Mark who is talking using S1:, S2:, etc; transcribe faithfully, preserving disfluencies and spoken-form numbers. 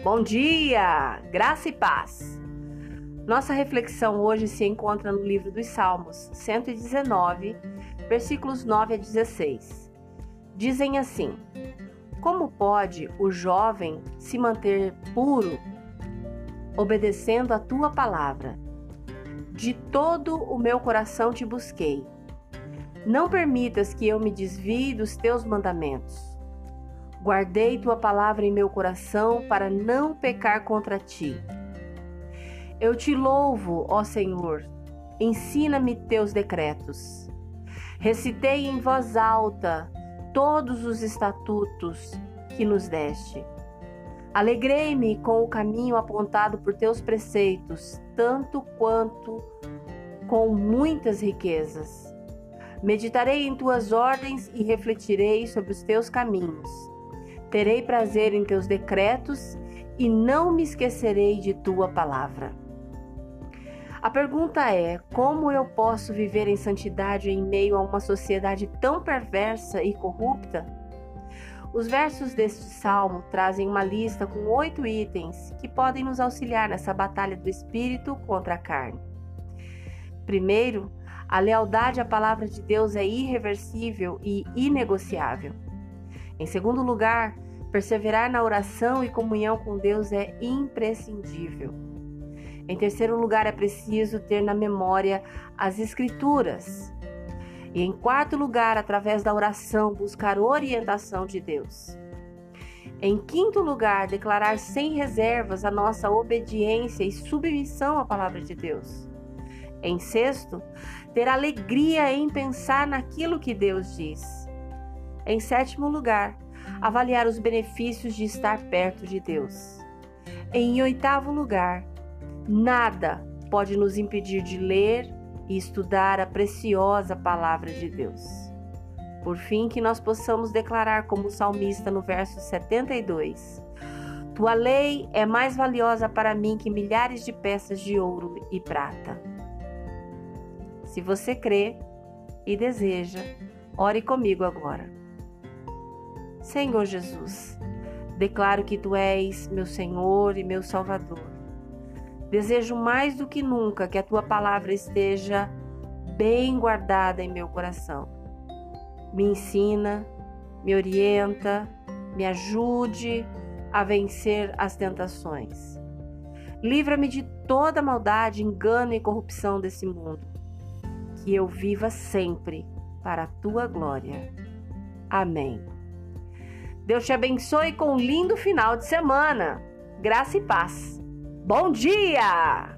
S1: Bom dia, graça e paz. Nossa reflexão hoje se encontra no livro dos Salmos, cento e dezenove, versículos nove a dezesseis. Dizem assim: como pode o jovem se manter puro, obedecendo a tua palavra? De todo o meu coração te busquei. Não permitas que eu me desvie dos teus mandamentos. Guardei tua palavra em meu coração para não pecar contra ti. Eu te louvo, ó Senhor, ensina-me teus decretos. Recitei em voz alta todos os estatutos que nos deste. Alegrei-me com o caminho apontado por teus preceitos, tanto quanto com muitas riquezas. Meditarei em tuas ordens e refletirei sobre os teus caminhos. Terei prazer em teus decretos e não me esquecerei de tua palavra. A pergunta é: como eu posso viver em santidade em meio a uma sociedade tão perversa e corrupta? Os versos deste salmo trazem uma lista com oito itens que podem nos auxiliar nessa batalha do espírito contra a carne. Primeiro, a lealdade à palavra de Deus é irreversível e inegociável. Em segundo lugar, perseverar na oração e comunhão com Deus é imprescindível. Em terceiro lugar, é preciso ter na memória as Escrituras. E em quarto lugar, através da oração, buscar orientação de Deus. Em quinto lugar, declarar sem reservas a nossa obediência e submissão à palavra de Deus. Em sexto, ter alegria em pensar naquilo que Deus diz. Em sétimo lugar, avaliar os benefícios de estar perto de Deus. Em oitavo lugar, nada pode nos impedir de ler e estudar a preciosa palavra de Deus. Por fim, que nós possamos declarar como o salmista no verso setenta e dois: tua lei é mais valiosa para mim que milhares de peças de ouro e prata. Se você crê e deseja, ore comigo agora. Senhor Jesus, declaro que Tu és meu Senhor e meu Salvador. Desejo mais do que nunca que a Tua palavra esteja bem guardada em meu coração. Me ensina, me orienta, me ajude a vencer as tentações. Livra-me de toda maldade, engano e corrupção desse mundo. Que eu viva sempre para a Tua glória. Amém. Deus te abençoe com um lindo final de semana. Graça e paz. Bom dia!